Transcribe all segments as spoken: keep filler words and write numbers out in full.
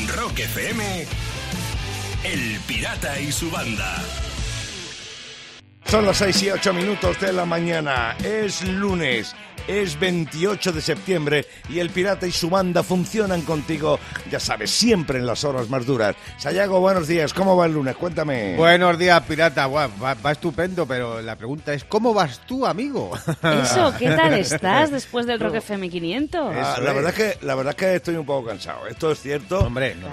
Rock F M, El Pirata y su banda. Son las seis y ocho minutos de la mañana. Es lunes, es veintiocho de septiembre y El Pirata y su banda funcionan contigo, ya sabes, siempre en las horas más duras. Sayago, buenos días, ¿cómo va el lunes? Cuéntame. Buenos días, Pirata. Buah, va, va estupendo, pero la pregunta es, ¿cómo vas tú, amigo? Eso, ¿qué tal estás después del Rock F M quinientos? Ah, la, verdad es que, la verdad es que estoy un poco cansado, esto es cierto. Hombre, no,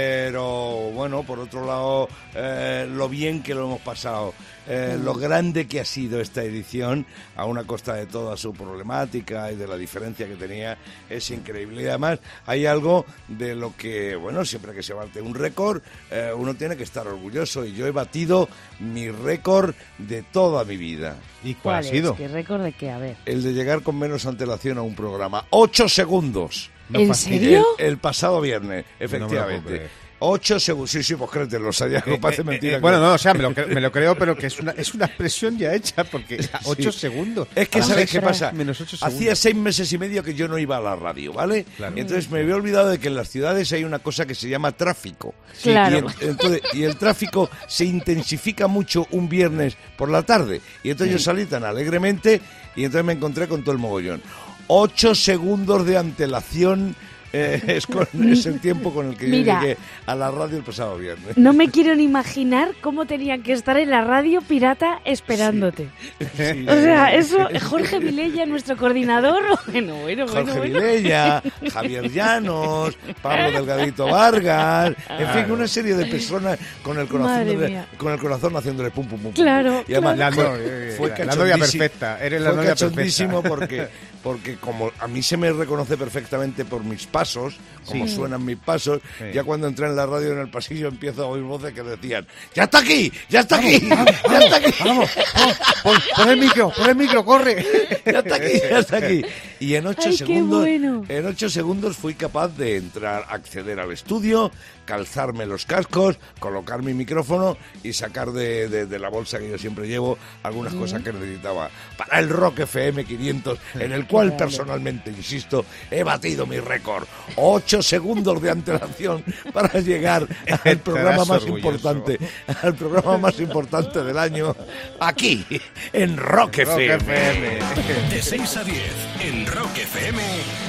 pero bueno, por otro lado, eh, lo bien que lo hemos pasado. Eh, lo grande que ha sido esta edición, a una costa de toda su problemática y de la diferencia que tenía, es increíble. Y además hay algo de lo que, bueno, siempre que se bate un récord, eh, uno tiene que estar orgulloso, y yo he batido mi récord de toda mi vida. ¿Y cuál ha sido? ¿Qué récord de qué? A ver. El de llegar con menos antelación a un programa. ¡Ocho segundos! No ¿En fastidies. serio? El, el pasado viernes, efectivamente. No Ocho segundos. Sí, sí, pues créetelo, Sayago, parece mentira. Eh, eh, bueno, no, o sea, me lo, me lo creo, pero que es una, es una expresión ya hecha, porque ocho Sí. segundos. Es que, Ah, ¿sabes extra, qué pasa? Menos ocho segundos. Hacía seis meses y medio que yo no iba a la radio, ¿vale? Claro. Entonces me había olvidado de que en las ciudades hay una cosa que se llama tráfico. Claro. Y el, entonces, y el tráfico se intensifica mucho un viernes por la tarde. Y entonces yo salí tan alegremente y entonces me encontré con todo el mogollón. Ocho segundos de antelación. Eh, es, con, es el tiempo con el que Mira, yo llegué a la radio el pasado viernes. No me quiero ni imaginar cómo tenían que estar en la radio pirata esperándote. Sí. O sea, eso, Jorge Vilella, nuestro coordinador, bueno, bueno, bueno, Jorge bueno. Vilella, Javier Llanos, Pablo Delgadito Vargas, en fin, una serie de personas con el corazón, Madre de- mía. con el corazón haciéndole pum pum pum. pum. Claro, Y además La, fue, no, eh, fue la- la novia cachondísimo- perfecta, eres la fue novia cachondísimo perfecta. porque porque como a mí se me reconoce perfectamente por mis pasos, como Sí. suenan mis pasos, Sí. ya cuando entré en la radio en el pasillo empiezo a oír voces que decían: ¡ya está aquí! ¡Ya está aquí! ¡Ya está aquí! Vamos, vamos, pon, pon el micro, pon el micro, corre. Ya está aquí, ya está aquí. Y en ocho Ay, qué segundos, bueno. en ocho segundos fui capaz de entrar, acceder al estudio, calzarme los cascos, colocar mi micrófono y sacar de, de- de la bolsa que yo siempre llevo algunas cosas que necesitaba para el Rock F M quinientos, en el cual personalmente, insisto, he batido mi récord. Ocho segundos de antelación para llegar al programa Estarás más orgulloso. importante, al programa más importante del año, aquí, en Rock, Rock F M. F M. De seis a diez, en Rock F M,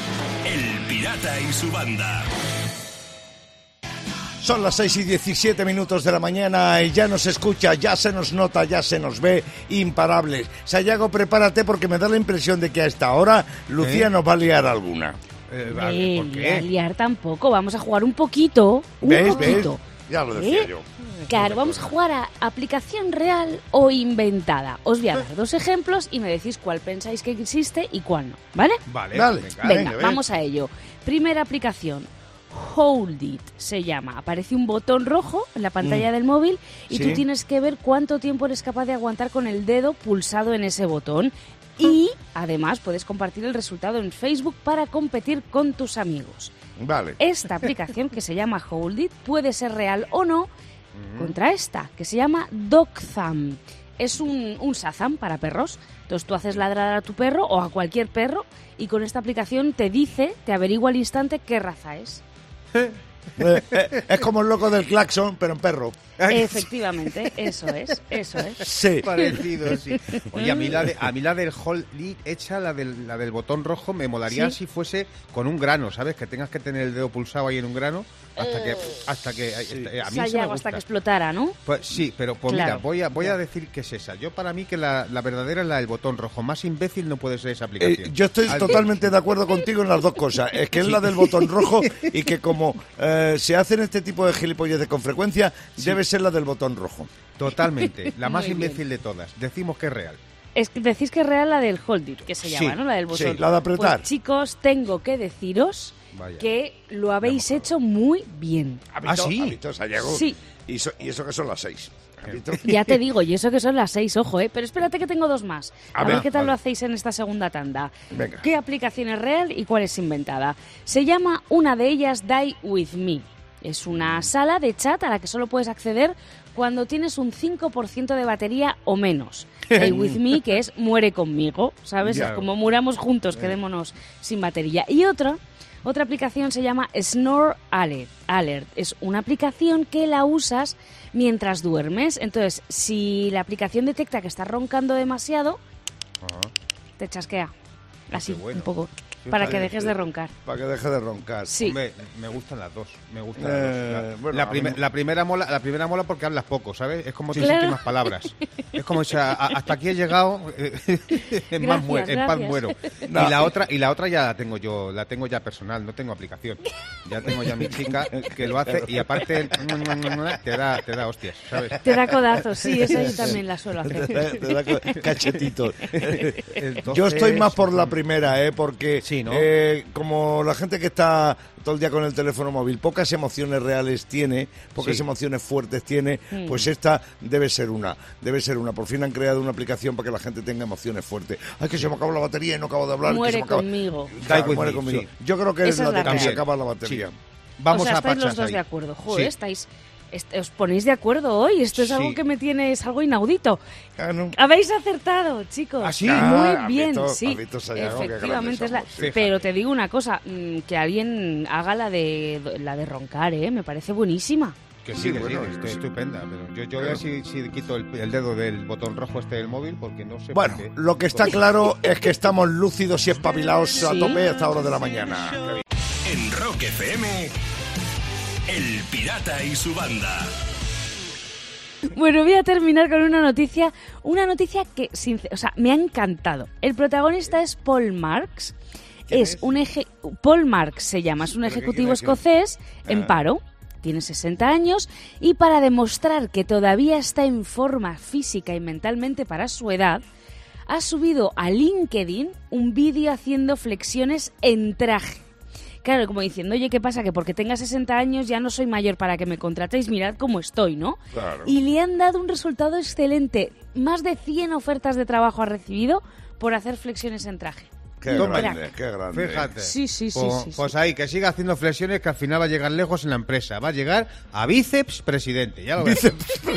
El Pirata y su banda. Son las seis y diecisiete minutos de la mañana y ya nos escucha, ya se nos nota, ya se nos ve imparables. Sayago, prepárate porque me da la impresión de que a esta hora Lucía ¿Eh? nos va a liar alguna. Eh, vale, Eh, ¿por liar, qué? liar tampoco, vamos a jugar un poquito, un ¿Ves? ¿Ves? poquito. Ya lo decía ¿Eh? yo. Claro, vamos a jugar a aplicación real o inventada. Os voy a dar dos ejemplos y me decís cuál pensáis que existe y cuál no, ¿vale? Vale, Dale. venga. Venga, venga, ven. vamos a ello. Primera aplicación, Hold It se llama. Aparece un botón rojo en la pantalla del móvil y Sí. tú tienes que ver cuánto tiempo eres capaz de aguantar con el dedo pulsado en ese botón. Y además puedes compartir el resultado en Facebook para competir con tus amigos. Vale. Esta aplicación que se llama Hold It puede ser real o no contra esta que se llama Dog Thumb. Es un, un Shazam para perros. Entonces tú haces ladrar a tu perro o a cualquier perro y con esta aplicación te dice, te averigua al instante qué raza es. Eh, eh, es como el loco del claxon, pero en perro. Efectivamente, eso es, eso es. Sí. Parecido, sí. Oye, a mí la, de, a mí la del Hold It hecha, la del, la del botón rojo, me molaría Sí. si fuese con un grano, ¿sabes? Que tengas que tener el dedo pulsado ahí en un grano hasta que... hasta que eh, a mí eso me Sayago gusta. hasta que explotara, ¿no? Pues sí, pero pues Claro. mira, voy a voy a decir que es esa. Yo para mí que la, la verdadera es la del botón rojo. Más imbécil no puede ser esa aplicación. Eh, yo estoy Al- totalmente de acuerdo contigo en las dos cosas. Es que es la del botón rojo y que como eh, se hacen este tipo de gilipolleces con frecuencia, debe ser la del botón rojo. Totalmente. La más Muy bien. imbécil de todas. Decimos que es real. Es que decís que es real la del Hold It, que se Sí, llama, ¿no? La del sí, botón. la de apretar. Pues chicos, tengo que deciros Vaya. que lo habéis hecho muy bien. ¿Has visto? ¿Ah, sí? ¿Has visto, Sayago? Sí. Y, so- y eso que son las seis. ¿Has visto? Ya te digo, y eso que son las seis, ojo, ¿eh? Pero espérate que tengo dos más. A A, ver ver, qué tal vale. lo hacéis en esta segunda tanda. Venga. ¿Qué aplicación es real y cuál es inventada? Se llama una de ellas Die With Me. Es una sala de chat a la que solo puedes acceder cuando tienes un cinco por ciento de batería o menos. Stay with me, que es muere conmigo, ¿sabes? Ya. Es como muramos juntos, quedémonos sin batería. Y otra, otra aplicación se llama Snore Alert. Alert. Es una aplicación que la usas mientras duermes. Entonces, si la aplicación detecta que estás roncando demasiado, Ajá. te chasquea. Así, Qué bueno. un poco. Sí, Para sí, que dejes sí. de roncar. Para que deje de roncar. Sí. Hombre, me gustan las dos. Me gustan Eh, las dos. La, bueno, la a mí prime- no- la primera mola, la primera mola porque hablas poco, ¿sabes? Es como tus Claro. últimas palabras. Es como si a- a- hasta aquí he llegado, eh, en, más Gracias, muero, en paz gracias. muero. No. Y la otra, y la otra ya la tengo yo, la tengo ya personal, no tengo aplicación. Ya tengo ya mi chica que lo hace y aparte te da, te da hostias, ¿sabes? Te da codazos, sí, esa yo también la suelo Te hacer. da- te da co- cachetitos. Entonces, Yo estoy más por la primera, ¿eh? Porque Sí, ¿no? eh, como la gente que está todo el día con el teléfono móvil, pocas emociones reales tiene, pocas Sí. emociones fuertes tiene, Mm. pues esta debe ser una, debe ser una. Por fin han creado una aplicación para que la gente tenga emociones fuertes. Ay, que se me acaba la batería y no acabo de hablar. que se Muere me acaba- conmigo. Claro, Die with muere me, conmigo. sí. Yo creo que es Esa la es la de que se real. acaba la batería. Vamos o sea, a estáis los pachas dos ahí. de acuerdo. Joder, Sí. estáis... est- os ponéis de acuerdo hoy. Esto es Sí. algo que me tiene... Es algo inaudito. Ah, ¿no? Habéis acertado, chicos. ¿Ah, sí? Ah, Muy ¿has bien, visto- sí. has visto, Sayago, qué Efectivamente es la... grandes somos? Pero te digo una cosa, mm, que alguien haga la de la de roncar, ¿eh? Me parece buenísima. Que Sí, sí, que bueno, sí, que estoy sí. estupenda. Pero yo, yo voy a ver si, si quito el, el dedo del botón rojo este del móvil porque no sé Bueno, por qué. lo que está claro es que estamos lúcidos y espabilados a Sí. tope a esta hora de la mañana. En Rock F M, El Pirata y su banda. Bueno, voy a terminar con una noticia, una noticia que, sincer- o sea, me ha encantado. El protagonista es Paul Marks. Es, es? un eje, Paul Marks se llama, es un ¿Pero qué ejecutivo quiere decir? escocés en Ah. paro. Tiene sesenta años y para demostrar que todavía está en forma física y mentalmente para su edad, ha subido a LinkedIn un vídeo haciendo flexiones en traje. Claro, como diciendo, oye, ¿qué pasa? Que porque tenga sesenta años ya no soy mayor para que me contratéis, mirad cómo estoy, ¿no? Claro. Y le han dado un resultado excelente. Más de cien ofertas de trabajo ha recibido por hacer flexiones en traje. Qué Toma. grande, qué grande. Fíjate. Sí, sí, sí, Pues, sí, sí. pues ahí, que siga haciendo flexiones que al final va a llegar lejos en la empresa. Va a llegar a bíceps presidente. Ya lo ves.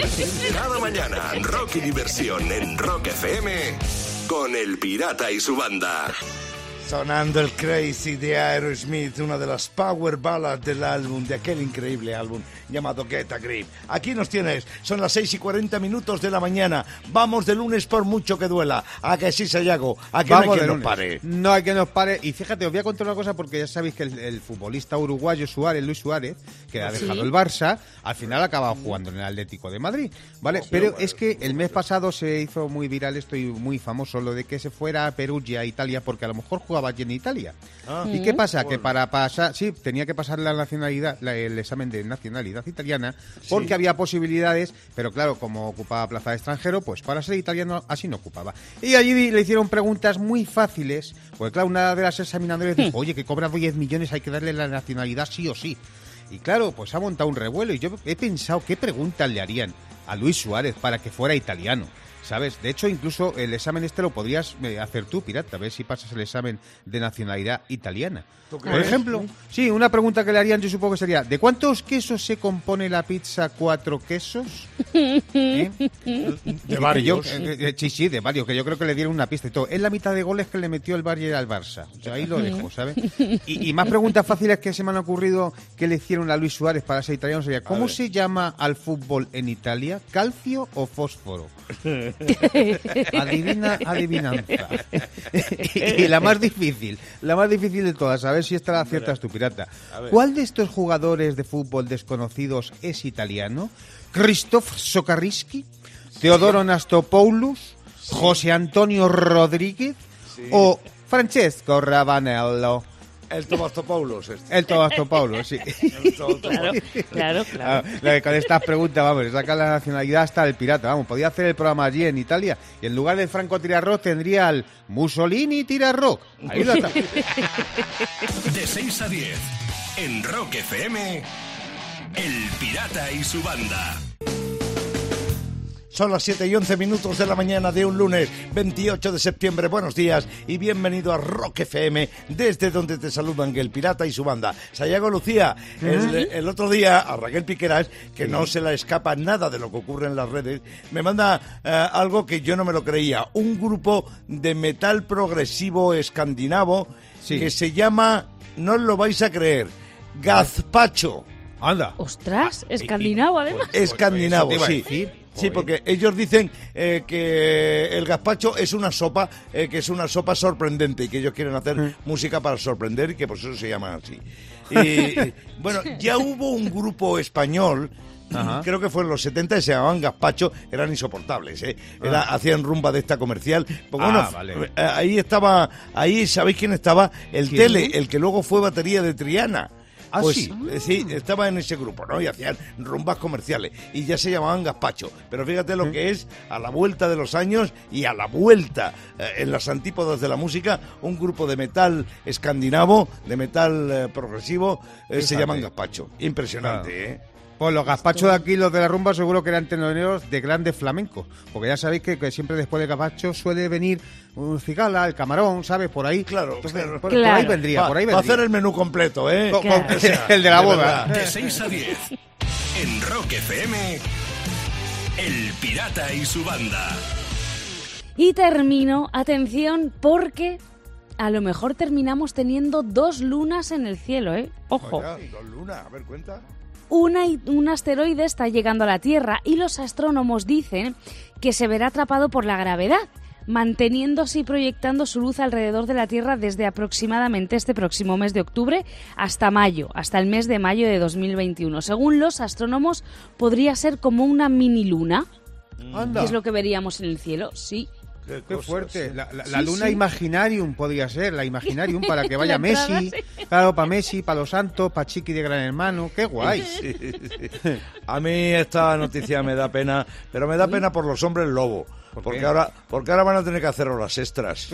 Cada mañana, rock y diversión en Rock F M con El Pirata y su banda. Sonando el Crazy de Aerosmith, una de las power ballads del álbum, de aquel increíble álbum llamado Get a Grip. Aquí nos tienes, son las seis y cuarenta minutos de la mañana. Vamos de lunes por mucho que duela. A que sí, Sayago, a que no hay Vamos quien de nos lunes. pare. No hay que nos pare. Y fíjate, os voy a contar una cosa porque ya sabéis que el, el futbolista uruguayo Suárez, Luis Suárez, que ha Sí. dejado el Barça, al final ha acabado jugando en el Atlético de Madrid. ¿Vale? Pero es que el mes pasado se hizo muy viral esto y muy famoso lo de que se fuera a Perugia, Italia, porque a lo mejor jugaba allí en Italia. Ah. ¿Y qué pasa? Que para pasar, sí, tenía que pasar la nacionalidad, la- el examen de nacionalidad italiana, porque había posibilidades, pero claro, como ocupaba plaza de extranjero, pues para ser italiano así no ocupaba. Y allí le hicieron preguntas muy fáciles, porque claro, una de las examinadoras dijo, oye, que cobra diez millones, hay que darle la nacionalidad sí o sí. Y claro, pues ha montado un revuelo y yo he pensado qué preguntas le harían a Luis Suárez para que fuera italiano. ¿Sabes? De hecho, incluso el examen este lo podrías eh, hacer tú, pirata, a ver si pasas el examen de nacionalidad italiana. ¿Tú Por crees? ejemplo, sí, una pregunta que le harían yo supongo que sería, ¿de cuántos quesos se compone la pizza cuatro quesos? ¿Eh? De Que varios. yo- eh, eh, sí, sí, de varios, que yo creo que le dieron una pista y todo. Es la mitad de goles que le metió el Bayern al Barça. Yo ahí lo dejo, ¿sabes? Y, y más preguntas fáciles que se me han ocurrido que le hicieron a Luis Suárez para ser italiano sería, ¿cómo ver. se llama al fútbol en Italia? ¿Calcio o fósforo? Adivina, adivinanza. y, y la más difícil, la más difícil de todas, a ver si esta la aciertas tu pirata. ¿Cuál de estos jugadores de fútbol desconocidos es italiano? ¿Krzysztof Sokarisky? ¿Teodoro Nastopoulos? ¿José Antonio Rodríguez? ¿O Francesco Ravanello? El Tomastopoulos. Este. El Tomastopoulos, sí. El Tomastopoulos. Claro, claro, Ah, claro. lo que con estas preguntas, vamos, le saca la nacionalidad hasta el pirata, vamos, podía hacer el programa allí en Italia y en lugar del Franco Tirarrock tendría al Mussolini Tirarrock. Ahí lo está. De seis a diez, en Rock F M, El Pirata y su banda. Son las siete y once minutos de la mañana de un lunes veintiocho de septiembre. Buenos días y bienvenido a Rock F M, desde donde te saludan el Pirata y su banda. Sayago Lucía, el, el otro día a Raquel Piqueras, que sí. no se la escapa nada de lo que ocurre en las redes, me manda eh, algo que yo no me lo creía. Un grupo de metal progresivo escandinavo sí. que se llama, no os lo vais a creer, Gazpacho. Anda. Ostras, escandinavo además. Escandinavo, pues, sí. Decir. Sí, porque ellos dicen eh, que el gazpacho es una sopa, eh, que es una sopa sorprendente y que ellos quieren hacer mm. música para sorprender y que por eso se llaman así. Y, y bueno, ya hubo un grupo español, ajá. creo que fue en los setenta, que se llamaban Gazpacho, eran insoportables, ¿eh? Era, ah. Hacían rumba de esta comercial. Pues, ah, bueno, vale. eh, ahí estaba, ahí ¿sabéis quién estaba? El ¿Quién? Tele, el que luego fue batería de Triana. ¿Ah, pues sí? Eh, sí, estaba en ese grupo, ¿no? Y hacían rumbas comerciales y ya se llamaban Gazpacho. Pero fíjate lo que es, a la vuelta de los años y a la vuelta eh, en las antípodas de la música, un grupo de metal escandinavo, de metal eh, progresivo, eh, se llaman Gazpacho. Impresionante, claro. ¿eh? Pues los gazpachos de aquí, los de la rumba, seguro que eran teloneros de grandes flamencos. Porque ya sabéis que, que siempre después de gazpacho suele venir un cigala, el camarón, ¿sabes? Por ahí. Claro, Entonces, claro. Por, claro. por ahí vendría, Va, por ahí va vendría. a hacer el menú completo, ¿eh? Con, claro. con, o sea, el de la de boda. De seis a diez, en Rock F M, El Pirata y su banda. Y termino, atención, porque a lo mejor terminamos teniendo dos lunas en el cielo, ¿eh? Ojo. Oiga, dos lunas, a ver, cuenta. Una, un asteroide está llegando a la Tierra y los astrónomos dicen que se verá atrapado por la gravedad, manteniéndose y proyectando su luz alrededor de la Tierra desde aproximadamente este próximo mes de octubre hasta mayo, hasta el mes de mayo de dos mil veintiuno. Según los astrónomos, podría ser como una mini luna. Anda. ¿Qué es lo que veríamos en el cielo? Sí. Qué, Qué cosas, fuerte. ¿eh? La, la, la Sí, luna sí. Imaginarium podría ser, la Imaginarium para que vaya La entrada, Messi, sí. claro, para Messi, para los santos, para Chiqui de Gran Hermano, qué guay. Sí, sí. A mí esta noticia me da pena, pero me da pena por los hombres lobo. ¿Por Porque qué? ahora, porque ahora van a tener que hacer horas extras.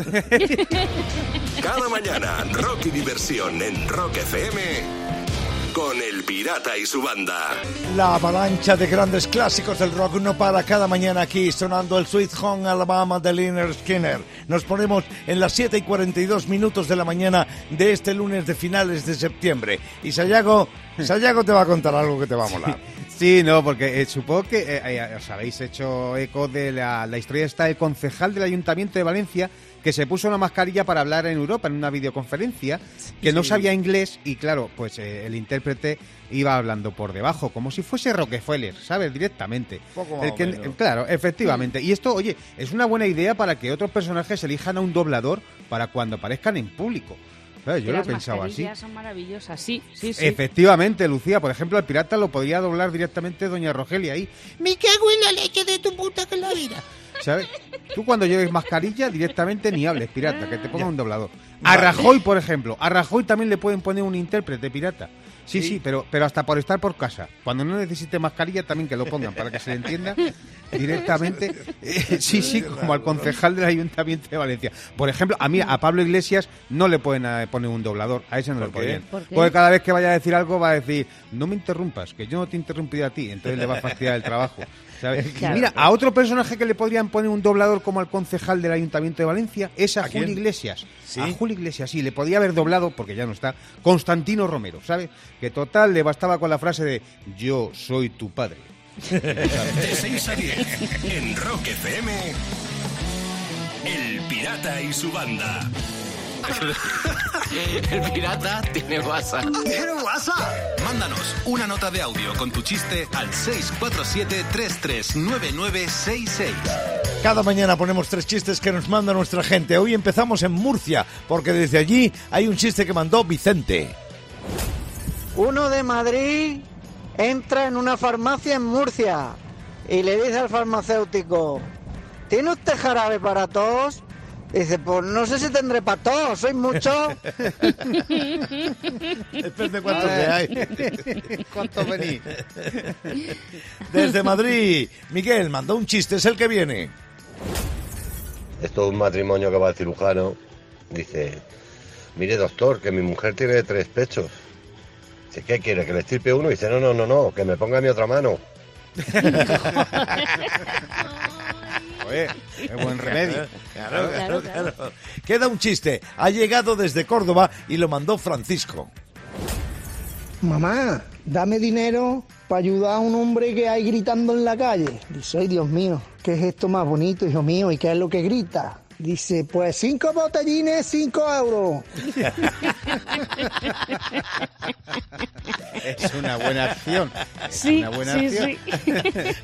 Cada mañana, rock y diversión en Rock F M con El Pirata y su banda. La avalancha de grandes clásicos del rock no para cada mañana aquí, sonando el Sweet Home Alabama de Lynyrd Skynyrd. Nos ponemos en las siete y cuarenta y dos minutos de la mañana de este lunes de finales de septiembre. Y Sayago, Sayago te va a contar algo que te va a molar. Sí, no, porque eh, supongo que eh, eh, os habéis hecho eco de la, la historia esta del concejal del Ayuntamiento de Valencia que se puso una mascarilla para hablar en Europa en una videoconferencia, que sí. no sabía inglés y claro, pues eh, el intérprete iba hablando por debajo, como si fuese Rockefeller, ¿sabes? Directamente. Poco más el que, o menos. Claro, efectivamente. Y esto, oye, es una buena idea para que otros personajes elijan a un doblador para cuando aparezcan en público. Claro, yo Que lo he las pensado así. mascarillas son maravillosas, sí, sí, sí. Efectivamente, Lucía, por ejemplo, al pirata lo podría doblar directamente doña Rogelia ahí. ¡Me cago en la leche de tu puta que la vida! ¿Sabes? Tú cuando lleves mascarilla directamente ni hables, pirata, que te ponga un doblador. A Rajoy, por ejemplo, a Rajoy también le pueden poner un intérprete, pirata. Sí, sí, sí, pero, pero hasta por estar por casa. Cuando no necesite mascarilla también que lo pongan, para que se le entienda directamente. Eh, sí, sí, como al concejal del Ayuntamiento de Valencia. Por ejemplo, a mí, a Pablo Iglesias, no le pueden eh, poner un doblador. A ese no le podrían. ¿Por qué? Porque cada vez que vaya a decir algo va a decir, no me interrumpas, que yo no te he interrumpido a ti. Entonces le va a fastidiar el trabajo. ¿Sabes? Claro. Mira, a otro personaje que le podrían poner un doblador como al concejal del Ayuntamiento de Valencia es a, ¿A Julio quién? Iglesias. ¿Sí? A Julio Iglesias, sí, le podía haber doblado, porque ya no está, Constantino Romero, ¿sabes? Que total le bastaba con la frase de yo soy tu padre. De seis a diez, en Rock F M, El Pirata y su banda. El pirata tiene WhatsApp. ¿Tiene WhatsApp? Mándanos una nota de audio con tu chiste al seis cuatro siete, tres tres nueve nueve seis seis. Cada mañana ponemos tres chistes que nos manda nuestra gente. Hoy empezamos en Murcia, porque desde allí hay un chiste que mandó Vicente. Uno de Madrid entra en una farmacia en Murcia y le dice al farmacéutico, ¿tiene usted jarabe para tos? Dice, pues no sé si tendré para todos, sois muchos. Depende cuántos hay. ¿Cuántos venís? Desde Madrid, Miguel mandó un chiste, es el que viene. Esto es un matrimonio que va al cirujano. Dice, mire doctor, que mi mujer tiene tres pechos. Dice, ¿qué quiere? ¿Que le estirpe uno? Dice, no, no, no, no, que me ponga mi otra mano. Oye, es buen remedio. Claro, claro, claro. Queda un chiste. Ha llegado desde Córdoba y lo mandó Francisco. Mamá, dame dinero para ayudar a un hombre que hay gritando en la calle. Dice, ay, Dios mío, ¿qué es esto más bonito, hijo mío? ¿Y qué es lo que grita? Dice, pues cinco botellines, cinco euros. Es una buena acción. Es Sí, una buena sí, acción. sí.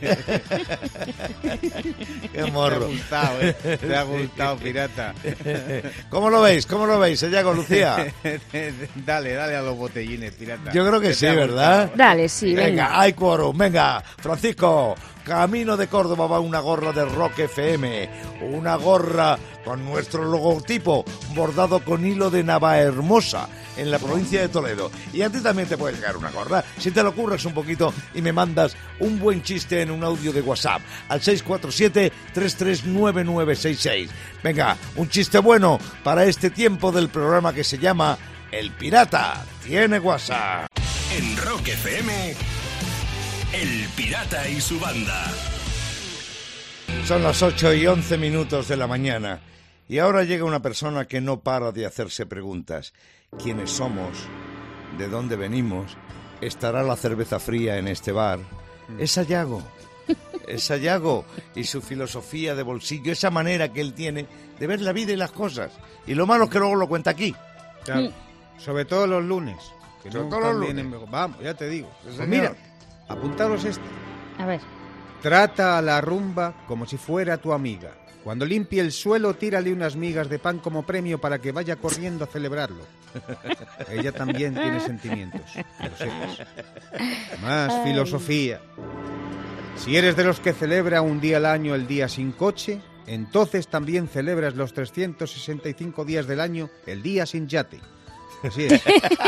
Qué morro. Te ha gustado, ¿eh? Te ha gustado, pirata. ¿Cómo lo veis? ¿Cómo lo veis, Sayago, Lucía? Dale, dale a los botellines, pirata. Yo creo que ¿Qué sí, te ha ¿verdad? gustado? Dale, sí, venga. Venga, hay quórum. Venga, Francisco. Camino de Córdoba va una gorra de Rock F M. Una gorra con nuestro logotipo bordado con hilo de Navahermosa en la provincia de Toledo. Y a ti también te puede llegar una gorra si te lo curras un poquito y me mandas un buen chiste en un audio de WhatsApp al seis cuatro siete, tres tres nueve nueve seis seis. Venga, un chiste bueno para este tiempo del programa que se llama El Pirata tiene WhatsApp. En Rock F M, El Pirata y su banda. Son las ocho y once minutos de la mañana y ahora llega una persona que no para de hacerse preguntas. ¿Quiénes somos? ¿De dónde venimos? ¿Estará la cerveza fría en este bar? Es Sayago. Es Sayago y su filosofía de bolsillo, esa manera que él tiene de ver la vida y las cosas. Y lo malo es que luego lo cuenta aquí. Claro. Sobre todo los lunes. Que Sobre no todo los vienen- lunes. Vamos, ya te digo. Sí, Pues señor. mira, apuntaros este. A ver. Trata a la rumba como si fuera tu amiga. Cuando limpie el suelo, tírale unas migas de pan como premio para que vaya corriendo a celebrarlo. Ella también tiene sentimientos, que lo sepas. Más filosofía. Si eres de los que celebra un día al año el día sin coche, entonces también celebras los trescientos sesenta y cinco días del año el día sin yate. Así es.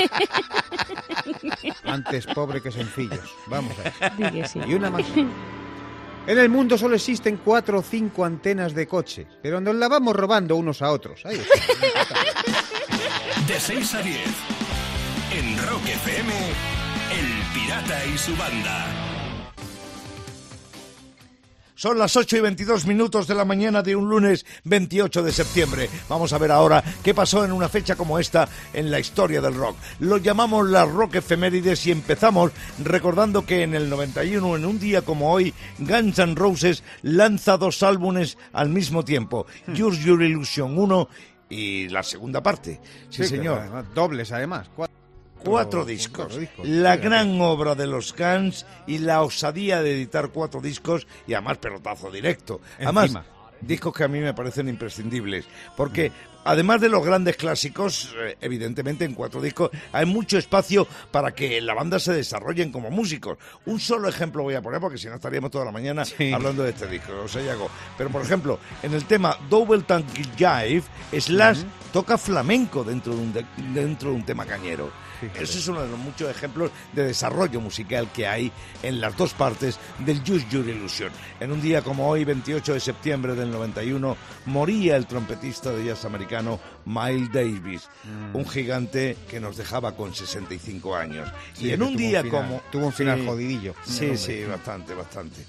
Antes pobre que sencillos. Vamos a ver. Di que sí. Y una más. En el mundo solo existen cuatro o cinco antenas de coche, pero nos la vamos robando unos a otros. Ahí está. De seis a diez. En Rock F M, El Pirata y su banda. Son las ocho y veintidós minutos de la mañana de un lunes veintiocho de septiembre. Vamos a ver ahora qué pasó en una fecha como esta en la historia del rock. Lo llamamos las Rock Efemérides y empezamos recordando que en el noventa y uno, en un día como hoy, Guns N' Roses lanza dos álbumes al mismo tiempo. Use Your Illusion uno y la segunda parte. Sí, Sí, señor. que además, dobles además. Cuatro, Cuatro discos. cuatro discos. La Sí, gran obra de los Guns y la osadía de editar cuatro discos y además pelotazo directo. Además, Encima. discos que a mí me parecen imprescindibles. Porque además de los grandes clásicos, eh, evidentemente en cuatro discos hay mucho espacio para que la banda se desarrollen como músicos. Un solo ejemplo voy a poner porque si no estaríamos toda la mañana Sí. hablando de este disco. O sea, Yago. Pero por ejemplo, en el tema Double Tank Jive, Slash toca flamenco dentro de un, de- dentro de un tema cañero. Fíjate. Ese es uno de los muchos ejemplos de desarrollo musical que hay en las dos partes del Use Your Illusion. En un día como hoy, veintiocho de septiembre del noventa y uno, moría el trompetista de jazz americano Miles Davis, un gigante que nos dejaba con sesenta y cinco años. Sí, y en que un tuvo día final- como... Tuvo un final Sí. jodidillo. Sí, sí, bastante, bastante.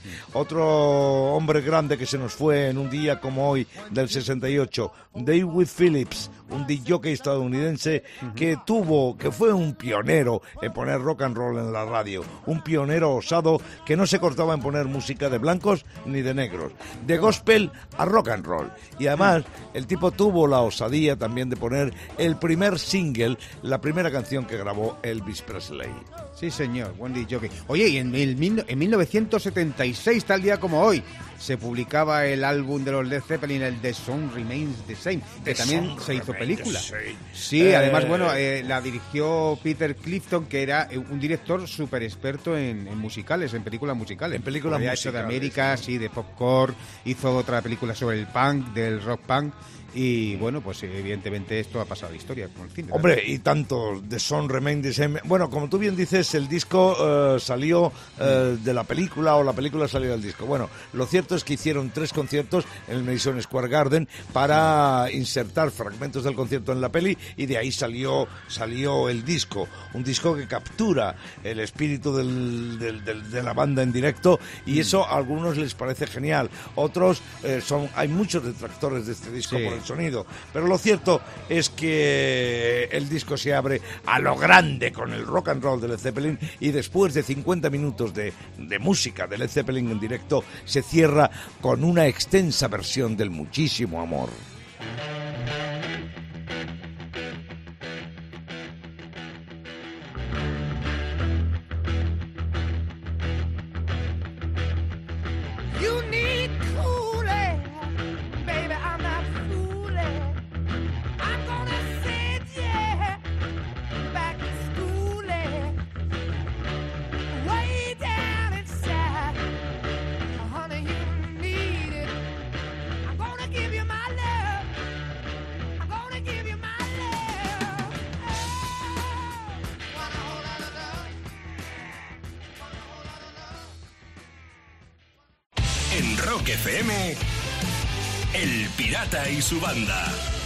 Otro hombre grande que se nos fue en un día como hoy, del sesenta y ocho, David Phillips, un D J estadounidense que tuvo, que fue un pionero en poner rock and roll en la radio, un pionero osado que no se cortaba en poner música de blancos ni de negros, de gospel a rock and roll. Y además, el tipo tuvo la osadía también de poner el primer single, la primera canción que grabó Elvis Presley. Sí, señor, buen disc jockey. Oye, y en, el mil- en mil novecientos setenta y seis, tal día como hoy, se publicaba el álbum de los Led Zeppelin, el The Song Remains the Same, que The también Song se hizo Remains película. the Same. Sí, Eh, además, bueno, eh, la dirigió Peter Clifton, que era eh, un director súper experto en, en musicales, en películas musicales. En películas Había hecho de musicales, América, sí, de Popcorn, hizo otra película sobre el punk, del rock punk. y bueno, pues evidentemente esto ha pasado a la historia con el cine. Hombre, ¿verdad? Y tanto de Son Remain the Same. Bueno, como tú bien dices, el disco uh, salió uh, de la película o la película salió del disco. Bueno, lo cierto es que hicieron tres conciertos en el Madison Square Garden para insertar fragmentos del concierto en la peli y de ahí salió salió el disco. Un disco que captura el espíritu del, del, del, de la banda en directo y eso a algunos les parece genial. Otros, eh, son hay muchos detractores de este disco sí. por el sonido, pero lo cierto es que el disco se abre a lo grande con el rock and roll de Led Zeppelin y después de cincuenta minutos de, de música de Led Zeppelin en directo se cierra con una extensa versión del Muchísimo Amor. En Rock F M, El Pirata y su banda.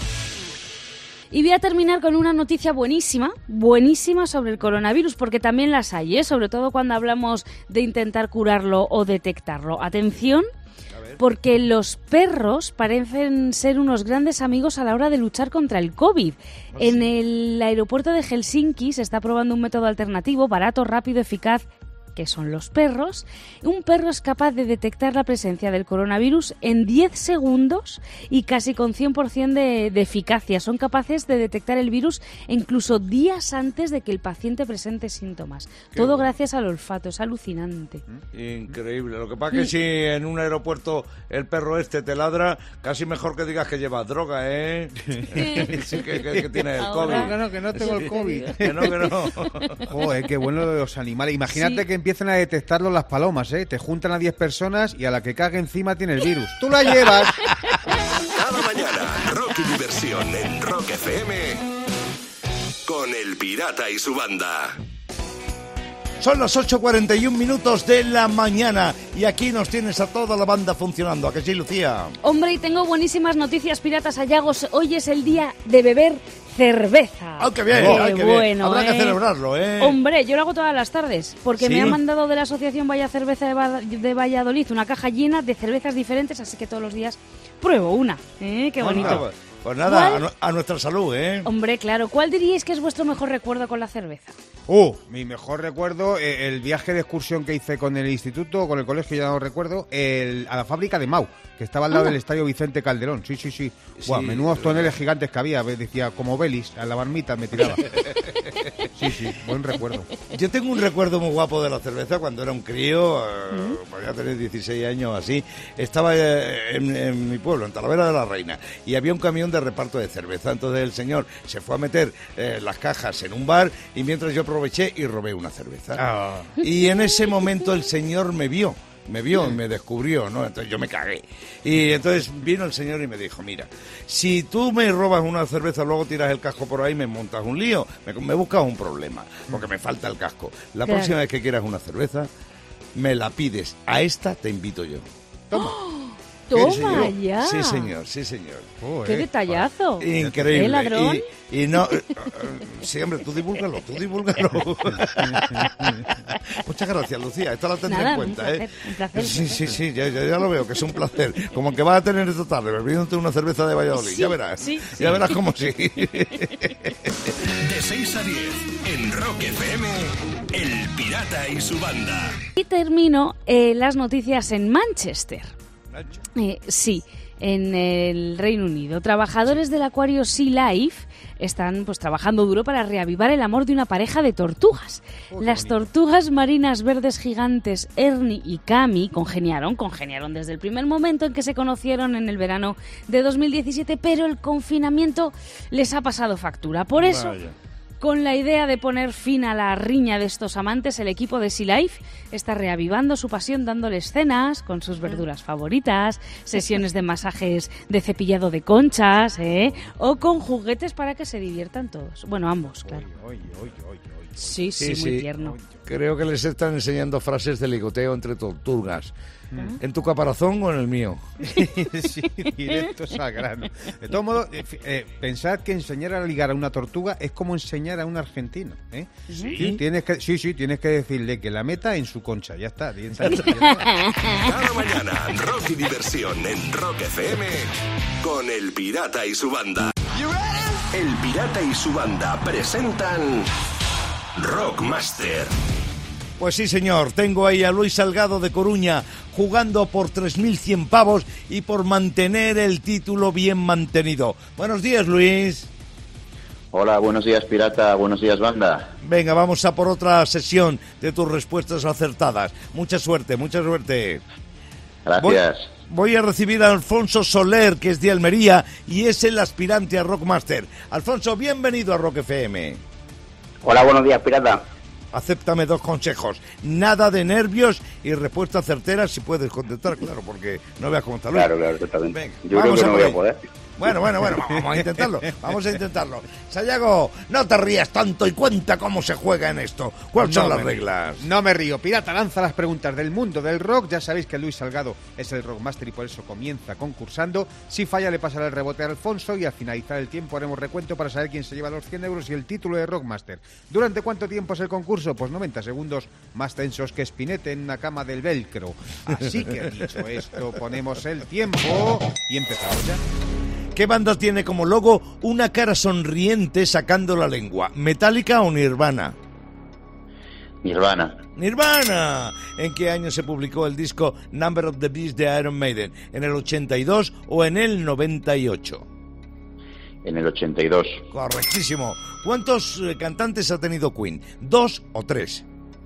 Y voy a terminar con una noticia buenísima, buenísima sobre el coronavirus, porque también las hay, ¿eh? Sobre todo cuando hablamos de intentar curarlo o detectarlo. Atención, porque los perros parecen ser unos grandes amigos a la hora de luchar contra el COVID. ¿Ah, sí? En el aeropuerto de Helsinki se está probando un método alternativo, barato, rápido, eficaz, que son los perros. Un perro es capaz de detectar la presencia del coronavirus en diez segundos y casi con cien por ciento de, de eficacia. Son capaces de detectar el virus incluso días antes de que el paciente presente síntomas. Qué Todo bueno. Gracias al olfato, es alucinante. Increíble. Lo que pasa es que si en un aeropuerto el perro este te ladra, casi mejor que digas que llevas droga, ¿eh? Sí, que, que, que tienes el COVID. No, que no, que no tengo el COVID. Que no, que no. Joder, qué bueno lo de los animales. Imagínate sí. que empiezan a detectarlo las palomas, ¿eh? Te juntan a diez personas y a la que cague encima tiene el virus. ¡Tú la llevas! Cada mañana, rock y diversión en Rock F M con El Pirata y su banda. Son las ocho cuarenta y un minutos de la mañana y aquí nos tienes a toda la banda funcionando. ¿A que sí, Lucía? Hombre, y tengo buenísimas noticias, piratas hallagos. Hoy es el día de beber cerveza. ¡Ah, qué bien! Qué ¡Ay, qué bueno, bien! Habrá ¿eh? que celebrarlo, ¿eh? Hombre, yo lo hago todas las tardes, porque ¿Sí? me han mandado de la asociación Vaya Cerveza de, Va- de Valladolid una caja llena de cervezas diferentes, así que todos los días pruebo una. ¿Eh? ¡Qué bonito! Ah, pues nada, a, nu- a nuestra salud, ¿eh? Hombre, claro. ¿Cuál diríais que es vuestro mejor recuerdo con la cerveza? Uh, mi mejor recuerdo, eh, el viaje de excursión que hice con el instituto o con el colegio, ya no recuerdo, el, a la fábrica de Mau, que estaba al lado ah. del estadio Vicente Calderón. Sí, sí, sí. sí Buah, menudos toneles gigantes que había, decía, como Belis, a la marmita me tiraba. Sí, sí, buen recuerdo. Yo tengo un recuerdo muy guapo de la cerveza cuando era un crío, eh, ¿Mm? podía tener dieciséis años así. Estaba eh, en, en mi pueblo, en Talavera de la Reina, y había un camión de reparto de cerveza. Entonces el señor se fue a meter eh, las cajas en un bar y mientras yo aproveché y robé una cerveza. Ah. Y en ese momento el señor me vio. Me vio y me descubrió, ¿no? Entonces yo me cagué. Y entonces vino el señor y me dijo, mira, si tú me robas una cerveza, luego tiras el casco por ahí, me montas un lío, me, me buscas un problema, porque me falta el casco. La claro. próxima vez que quieras una cerveza, me la pides. A esta te invito yo. Toma. ¡Oh! Toma ya. Sí, señor, sí, señor. Oh, ¡Qué eh. detallazo! Increíble. ¿Eh, ladrón? Y, y no... Sí, hombre, tú divúlgalo, tú divúlgalo. Muchas gracias, Lucía. Esto lo tendré Nada, en cuenta, un placer, ¿eh? Un placer, sí, sí, sí, ya, ya, ya lo veo, que es un placer. Como que vas a tener esta tarde bebiéndote una cerveza de Valladolid. Sí, ya verás. Sí, ya sí. verás cómo sí. De seis a diez, en Rock F M, El Pirata y su banda. Y termino eh, las noticias en Manchester. Eh, sí, en el Reino Unido. Trabajadores del acuario Sea Life están pues trabajando duro para reavivar el amor de una pareja de tortugas. Oh, Las tortugas marinas verdes gigantes Ernie y Cami congeniaron, congeniaron desde el primer momento en que se conocieron en el verano de dos mil diecisiete, pero el confinamiento les ha pasado factura. Por eso... Vaya. Con la idea de poner fin a la riña de estos amantes, el equipo de Sea Life está reavivando su pasión dándoles cenas con sus verduras favoritas, sesiones de masajes de cepillado de conchas, ¿eh? O con juguetes para que se diviertan todos. Bueno, ambos, claro. Oy, oy, oy, oy. Sí, sí, sí, muy tierno. Creo que les están enseñando frases de ligoteo entre tortugas. ¿Mm? ¿En tu caparazón o en el mío? Sí, directos al grano. De todo modo, eh, eh, pensad que enseñar a ligar a una tortuga es como enseñar a un argentino, ¿eh? ¿Sí? Sí, tienes que, sí, sí, tienes que decirle que la meta en su concha. Ya está. Ya está, ya está. Cada mañana, rock y diversión en Rock F M con El Pirata y su banda. El Pirata y su banda presentan Rockmaster. Pues sí, señor, tengo ahí a Luis Salgado de Coruña jugando por tres mil cien pavos y por mantener el título bien mantenido. Buenos días, Luis. Hola, buenos días, Pirata, buenos días, banda. Venga, vamos a por otra sesión de tus respuestas acertadas. Mucha suerte, mucha suerte. Gracias. Voy, voy a recibir a Alfonso Soler, que es de Almería y es el aspirante a Rockmaster. Alfonso, bienvenido a Rock F M. Hola, buenos días, Pirata. Acéptame dos consejos. Nada de nervios y respuesta certera si puedes contestar, claro, porque no veas cómo está Luis. Claro, claro, totalmente. Venga, yo creo que no voy a poder. Bueno, bueno, bueno, vamos a intentarlo, vamos a intentarlo. Sayago, no te rías tanto y cuenta cómo se juega en esto. ¿Cuáles son las reglas? No me río. Pirata lanza las preguntas del mundo del rock. Ya sabéis que Luis Salgado es el Rockmaster y por eso comienza concursando. Si falla le pasará el rebote a Alfonso y al finalizar el tiempo haremos recuento para saber quién se lleva los cien euros y el título de Rockmaster. ¿Durante cuánto tiempo es el concurso? Pues noventa segundos, más tensos que Spinette en una cama del velcro. Así que dicho esto, ponemos el tiempo y empezamos ya. ¿Qué banda tiene como logo una cara sonriente sacando la lengua? ¿Metallica o Nirvana? Nirvana. ¡Nirvana! ¿En qué año se publicó el disco Number of the Beast de Iron Maiden? ¿En el ochenta y dos o en el noventa y ocho? En el ochenta y dos. Correctísimo. ¿Cuántos eh, cantantes ha tenido Queen? ¿Dos o tres?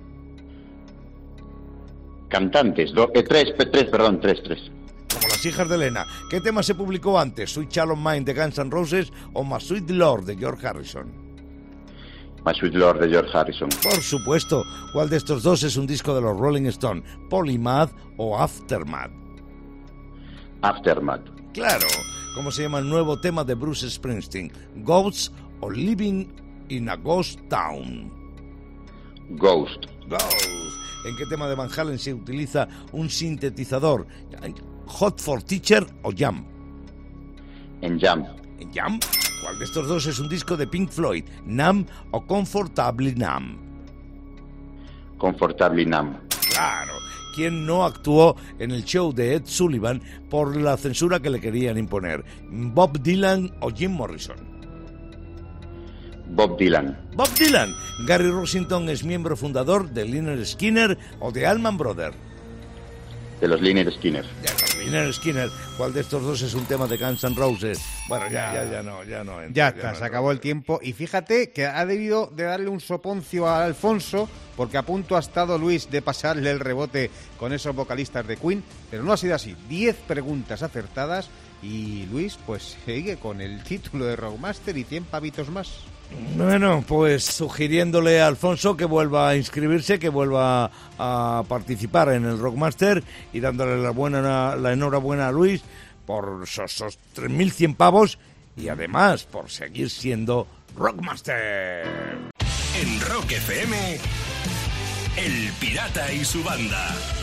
Cantantes. Do, eh, tres, tres, perdón, tres, tres. Como las hijas de Elena. ¿Qué tema se publicó antes? ¿Sweet Child of Mine de Guns N' Roses o My Sweet Lord de George Harrison? My Sweet Lord de George Harrison. Por supuesto. ¿Cuál de estos dos es un disco de los Rolling Stones? ¿Polymath o Aftermath? Aftermath. Claro. ¿Cómo se llama el nuevo tema de Bruce Springsteen? ¿Ghosts o Living in a Ghost Town? Ghost. Ghost. ¿En qué tema de Van Halen se utiliza un sintetizador? ¿Hot for Teacher o Jam? En Jam. ¿En Jam? ¿Cuál de estos dos es un disco de Pink Floyd? ¿Numb o Comfortably Numb? Comfortably Numb. Claro. ¿Quién no actuó en el show de Ed Sullivan por la censura que le querían imponer? ¿Bob Dylan o Jim Morrison? Bob Dylan. Bob Dylan. ¿Gary Rossington es miembro fundador de Lynyrd Skynyrd o de Allman Brothers? De los Lynyrd Skynyrd. De los Lynyrd Skynyrd. ¿Cuál de estos dos es un tema de Guns N' Roses? Bueno, ya, ya, ya no, ya no. Entra, ya está, ya no se acabó el tiempo. Y fíjate que ha debido de darle un soponcio a Alfonso, porque a punto ha estado Luis de pasarle el rebote con esos vocalistas de Queen, pero no ha sido así. Diez preguntas acertadas y Luis pues sigue con el título de Rockmaster y cien pavitos más. Bueno, pues sugiriéndole a Alfonso que vuelva a inscribirse, que vuelva a participar en el Rockmaster y dándole la buena la enhorabuena a Luis por esos, esos tres mil cien pavos y además por seguir siendo Rockmaster. En Rock F M, El Pirata y su banda.